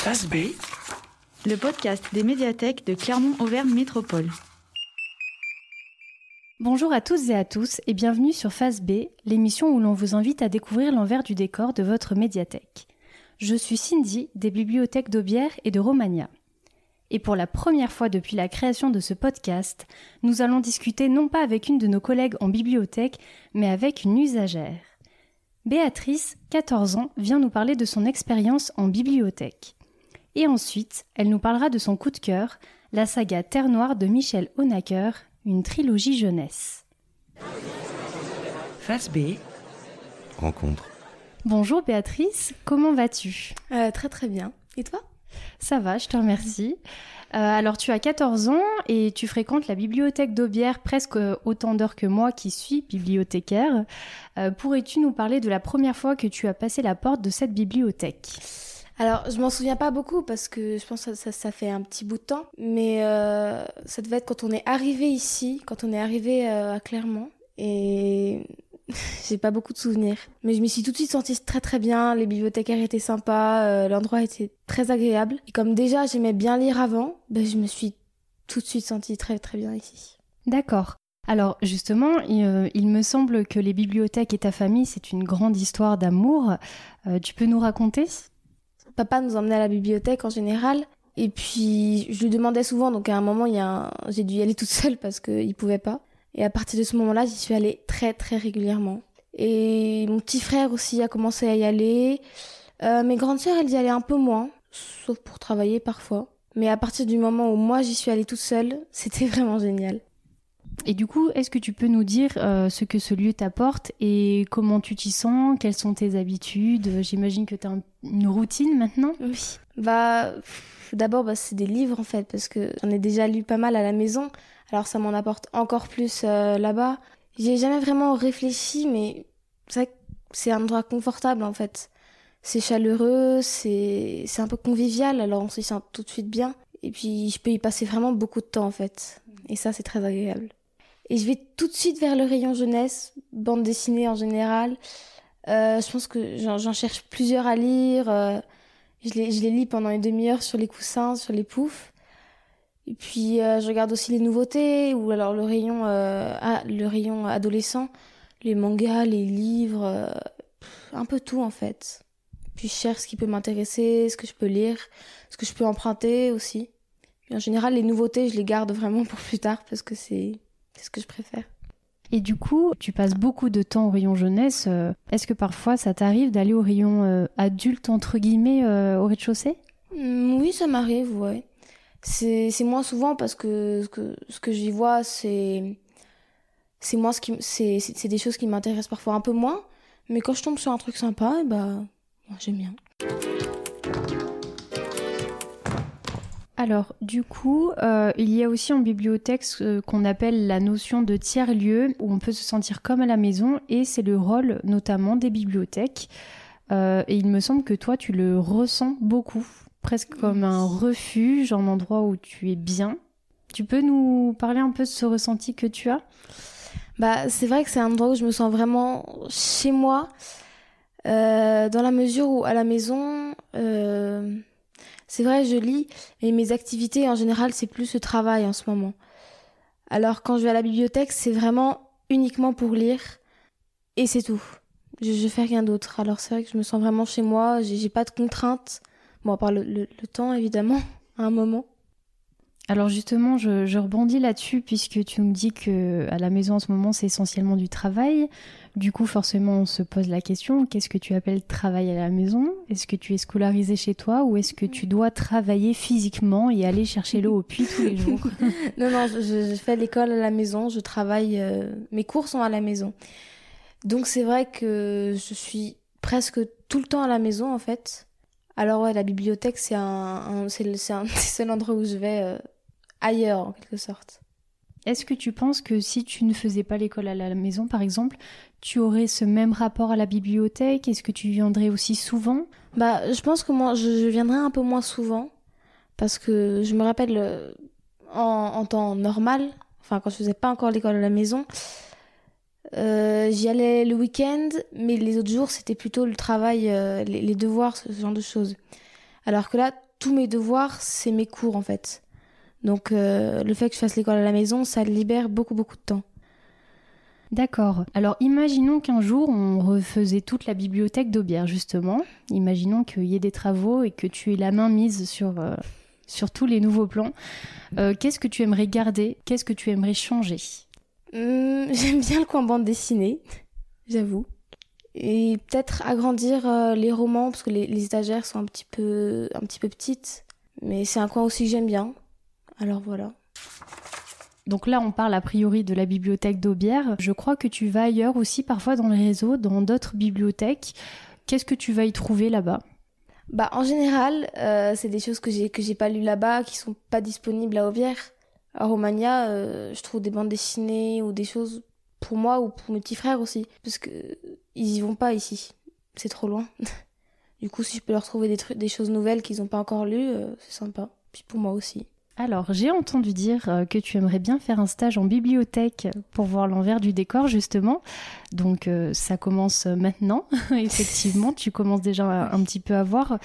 Face B, le podcast des médiathèques de Clermont-Auvergne Métropole. Bonjour à toutes et à tous et bienvenue sur Face B, l'émission où l'on vous invite à découvrir l'envers du décor de votre médiathèque. Je suis Cindy des bibliothèques d'Aubière et de Romagna. Et pour la première fois depuis la création de ce podcast, nous allons discuter non pas avec une de nos collègues en bibliothèque, mais avec une usagère. Béatrice, 14 ans, vient nous parler de son expérience en bibliothèque. Et ensuite, elle nous parlera de son coup de cœur, la saga Terre Noire de Michel Honecker, une trilogie jeunesse. Face B, rencontre. Bonjour Béatrice, comment vas-tu ? Très bien. Et toi ? Ça va, je te remercie. Alors tu as 14 ans et tu fréquentes la bibliothèque d'Aubière presque autant d'heures que moi qui suis bibliothécaire. Pourrais-tu nous parler de la première fois que tu as passé la porte de cette bibliothèque ? Alors, je m'en souviens pas beaucoup parce que je pense que ça fait un petit bout de temps. Mais ça devait être quand on est arrivé ici, quand on est arrivé à Clermont. Et j'ai pas beaucoup de souvenirs. Mais je m'y suis tout de suite sentie très très bien. Les bibliothécaires étaient sympas, l'endroit était très agréable. Et comme déjà j'aimais bien lire avant, je me suis tout de suite sentie très très bien ici. D'accord. Alors justement, il me semble que les bibliothèques et ta famille, c'est une grande histoire d'amour. Tu peux nous raconter ? Papa nous emmenait à la bibliothèque en général. Et puis, je lui demandais souvent. Donc, à un moment, j'ai dû y aller toute seule parce qu'il pouvait pas. Et à partir de ce moment-là, j'y suis allée très, très régulièrement. Et mon petit frère aussi a commencé à y aller. Mes grandes sœurs, elles y allaient un peu moins. Sauf pour travailler parfois. Mais à partir du moment où moi, j'y suis allée toute seule, c'était vraiment génial. Et du coup, est-ce que tu peux nous dire ce que ce lieu t'apporte et comment tu t'y sens ? Quelles sont tes habitudes ? J'imagine que tu as une routine maintenant ? Oui. D'abord, c'est des livres en fait, parce que j'en ai déjà lu pas mal à la maison. Alors ça m'en apporte encore plus là-bas. J'y ai jamais vraiment réfléchi, mais c'est vrai que c'est un endroit confortable en fait. C'est chaleureux, c'est un peu convivial, alors on s'y sent tout de suite bien. Et puis je peux y passer vraiment beaucoup de temps en fait. Et ça, c'est très agréable. Et je vais tout de suite vers le rayon jeunesse, bande dessinée en général. Je pense que j'en cherche plusieurs à lire. Je les lis pendant une demi-heure sur les coussins, sur les poufs. Et puis, je regarde aussi les nouveautés, ou alors le rayon adolescent, les mangas, les livres, un peu tout en fait. Puis je cherche ce qui peut m'intéresser, ce que je peux lire, ce que je peux emprunter aussi. Puis en général, les nouveautés, je les garde vraiment pour plus tard parce que c'est ce que je préfère. Et du coup, tu passes beaucoup de temps au rayon jeunesse. Est-ce que parfois, ça t'arrive d'aller au rayon adulte, entre guillemets, au rez-de-chaussée ? Oui, ça m'arrive, ouais. C'est moins souvent parce que ce que j'y vois, c'est des choses qui m'intéressent parfois un peu moins. Mais quand je tombe sur un truc sympa, moi, j'aime bien. Alors, du coup, il y a aussi en bibliothèque ce qu'on appelle la notion de tiers-lieu, où on peut se sentir comme à la maison, et c'est le rôle notamment des bibliothèques. Et il me semble que toi, tu le ressens beaucoup, presque comme un refuge, un endroit où tu es bien. Tu peux nous parler un peu de ce ressenti que tu as ? C'est vrai que c'est un endroit où je me sens vraiment chez moi, dans la mesure où à la maison... C'est vrai, je lis, mais mes activités, en général, c'est plus le travail en ce moment. Alors, quand je vais à la bibliothèque, c'est vraiment uniquement pour lire, et c'est tout. Je fais rien d'autre. Alors, c'est vrai que je me sens vraiment chez moi, j'ai pas de contraintes. Bon, à part le temps, évidemment, à un moment. Alors justement, je rebondis là-dessus puisque tu me dis qu'à la maison en ce moment, c'est essentiellement du travail. Du coup, forcément, on se pose la question, qu'est-ce que tu appelles travail à la maison ? Est-ce que tu es scolarisé chez toi ou est-ce que tu dois travailler physiquement et aller chercher l'eau au puits tous les jours ? Non, je fais l'école à la maison, je travaille, mes cours sont à la maison. Donc c'est vrai que je suis presque tout le temps à la maison en fait. Alors ouais, la bibliothèque, c'est un des seuls endroits où je vais... ailleurs, en quelque sorte. Est-ce que tu penses que si tu ne faisais pas l'école à la maison, par exemple, tu aurais ce même rapport à la bibliothèque ? Est-ce que tu viendrais aussi souvent ? Je pense que moi, je viendrais un peu moins souvent, parce que je me rappelle, en temps normal, enfin, quand je faisais pas encore l'école à la maison, j'y allais le week-end, mais les autres jours, c'était plutôt le travail, les devoirs, ce genre de choses. Alors que là, tous mes devoirs, c'est mes cours en fait. Donc le fait que je fasse l'école à la maison, ça libère beaucoup de temps. D'accord. Alors imaginons qu'un jour on refaisait toute la bibliothèque d'Aubière justement. Imaginons qu'il y ait des travaux et que tu aies la main mise sur tous les nouveaux plans. Qu'est-ce que tu aimerais garder? Qu'est-ce que tu aimerais changer? J'aime bien le coin bande dessinée, j'avoue. Et peut-être agrandir les romans parce que les étagères sont un petit peu petites. Mais c'est un coin aussi que j'aime bien. Alors voilà. Donc là, on parle a priori de la bibliothèque d'Aubière. Je crois que tu vas ailleurs aussi, parfois dans les réseaux, dans d'autres bibliothèques. Qu'est-ce que tu vas y trouver là-bas? En général, c'est des choses que j'ai pas lues là-bas, qui sont pas disponibles à Aubière. À Romagna, je trouve des bandes dessinées ou des choses pour moi ou pour mes petits frères aussi. Parce que ils y vont pas ici. C'est trop loin. Du coup, si je peux leur trouver des choses nouvelles qu'ils ont pas encore lues, c'est sympa. Puis pour moi aussi. Alors, j'ai entendu dire que tu aimerais bien faire un stage en bibliothèque pour voir l'envers du décor, justement. Donc, ça commence maintenant. Effectivement, tu commences déjà un petit peu à voir.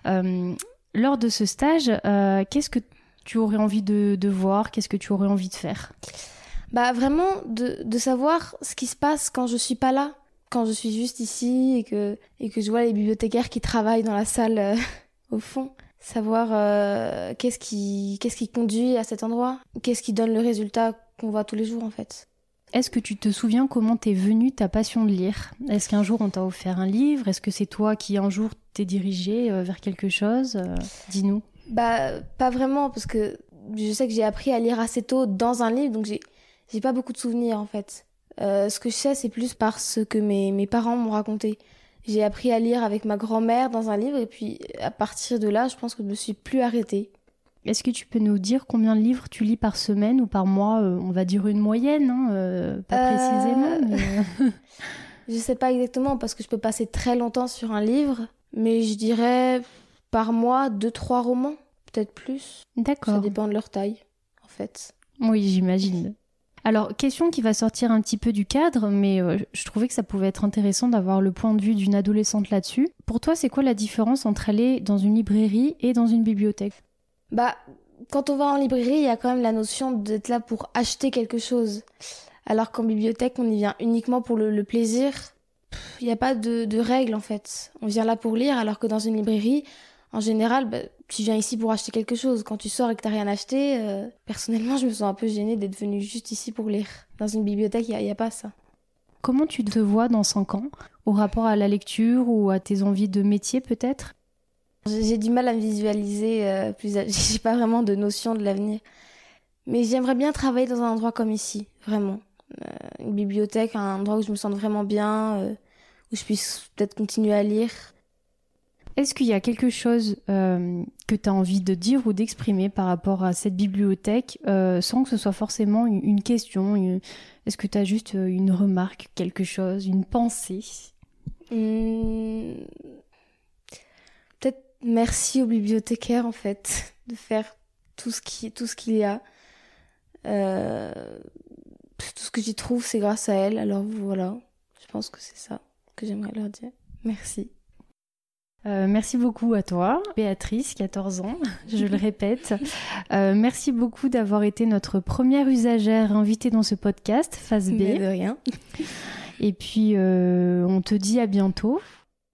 Lors de ce stage, qu'est-ce que tu aurais envie de voir? Qu'est-ce que tu aurais envie de faire? Vraiment, de savoir ce qui se passe quand je suis pas là. Quand je suis juste ici et que je vois les bibliothécaires qui travaillent dans la salle au fond. Savoir qu'est-ce qui conduit à cet endroit, qu'est-ce qui donne le résultat qu'on voit tous les jours en fait. Est-ce que tu te souviens comment t'es venue ta passion de lire? Est-ce qu'un jour on t'a offert un livre? Est-ce que c'est toi qui un jour t'es dirigée vers quelque chose? Dis-nous. Pas vraiment parce que je sais que j'ai appris à lire assez tôt dans un livre, donc j'ai pas beaucoup de souvenirs en fait. Ce que je sais, c'est plus par ce que mes parents m'ont raconté. J'ai appris à lire avec ma grand-mère dans un livre et puis à partir de là, je pense que je me suis plus arrêtée. Est-ce que tu peux nous dire combien de livres tu lis par semaine ou par mois? On va dire une moyenne, hein, pas précisément. Mais... Je sais pas exactement parce que je peux passer très longtemps sur un livre, mais je dirais par mois 2-3 romans, peut-être plus. D'accord. Ça dépend de leur taille, en fait. Oui, j'imagine. Alors, question qui va sortir un petit peu du cadre, mais je trouvais que ça pouvait être intéressant d'avoir le point de vue d'une adolescente là-dessus. Pour toi, c'est quoi la différence entre aller dans une librairie et dans une bibliothèque? Quand on va en librairie, il y a quand même la notion d'être là pour acheter quelque chose. Alors qu'en bibliothèque, on y vient uniquement pour le plaisir. Il n'y a pas de règles, en fait. On vient là pour lire, alors que dans une librairie, en général, tu viens ici pour acheter quelque chose. Quand tu sors et que tu n'as rien acheté, personnellement, je me sens un peu gênée d'être venue juste ici pour lire. Dans une bibliothèque, il n'y a pas ça. Comment tu te vois dans 5 ans, au rapport à la lecture ou à tes envies de métier peut-être? J'ai du mal à me visualiser, j'ai pas vraiment de notion de l'avenir. Mais j'aimerais bien travailler dans un endroit comme ici, vraiment. Une bibliothèque, un endroit où je me sente vraiment bien, où je puisse peut-être continuer à lire. Est-ce qu'il y a quelque chose que tu as envie de dire ou d'exprimer par rapport à cette bibliothèque sans que ce soit forcément une question Est-ce que tu as juste une remarque, quelque chose, une pensée? Peut-être merci aux bibliothécaires en fait de faire tout ce qu'il y a. Tout ce que j'y trouve, c'est grâce à elles. Alors voilà, je pense que c'est ça que j'aimerais leur dire. Merci. Merci beaucoup à toi, Béatrice, 14 ans, je le répète. Merci beaucoup d'avoir été notre première usagère invitée dans ce podcast, Phase B. Mais de rien. Et puis, on te dit à bientôt.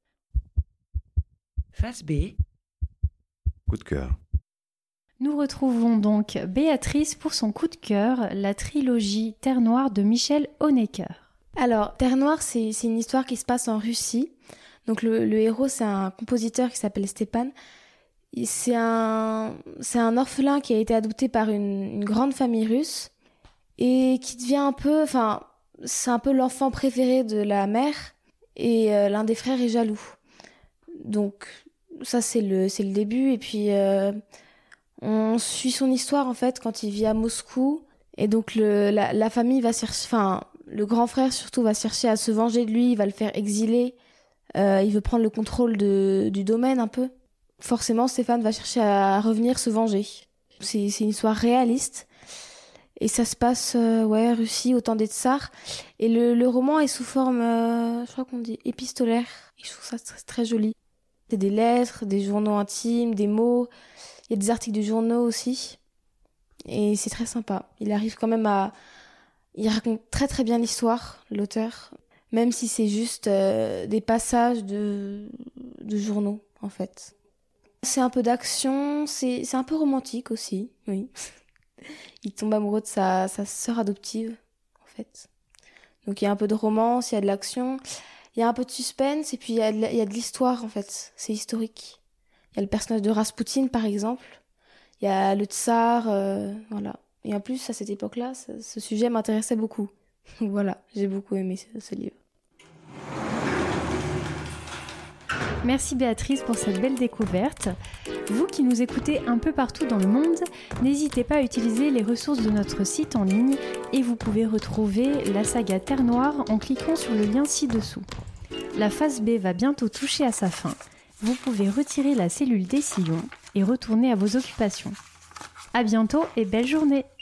Phase B. Coup de cœur. Nous retrouvons donc Béatrice pour son coup de cœur, la trilogie Terre Noire de Michel Honnecker. Alors, Terre Noire, c'est une histoire qui se passe en Russie. Donc le héros, c'est un compositeur qui s'appelle Stepan. C'est un orphelin qui a été adopté par une grande famille russe et qui devient c'est un peu l'enfant préféré de la mère et l'un des frères est jaloux. Donc ça, c'est le début. Et puis on suit son histoire en fait quand il vit à Moscou. Et donc la famille va chercher, le grand frère surtout va chercher à se venger de lui, il va le faire exiler. Il veut prendre le contrôle du domaine un peu. Forcément, Stéphane va chercher à revenir se venger. C'est une histoire réaliste. Et ça se passe, Russie, au temps des tsars. Et le roman est sous forme, je crois qu'on dit épistolaire. Et je trouve ça très, très joli. C'est des lettres, des journaux intimes, des mots. Il y a des articles de journaux aussi. Et c'est très sympa. Il arrive quand même à... Il raconte très très bien l'histoire, l'auteur. Même si c'est juste des passages de journaux, en fait. C'est un peu d'action, c'est un peu romantique aussi, oui. Il tombe amoureux de sa sœur adoptive, en fait. Donc il y a un peu de romance, il y a de l'action, il y a un peu de suspense, et puis il y a de l'histoire, en fait. C'est historique. Il y a le personnage de Raspoutine, par exemple. Il y a le tsar, voilà. Et en plus, à cette époque-là, ce sujet m'intéressait beaucoup. Voilà, j'ai beaucoup aimé ce livre. Merci Béatrice pour cette belle découverte. Vous qui nous écoutez un peu partout dans le monde, n'hésitez pas à utiliser les ressources de notre site en ligne et vous pouvez retrouver la saga Terre Noire en cliquant sur le lien ci-dessous. La phase B va bientôt toucher à sa fin. Vous pouvez retirer la cellule des sillons et retourner à vos occupations. À bientôt et belle journée!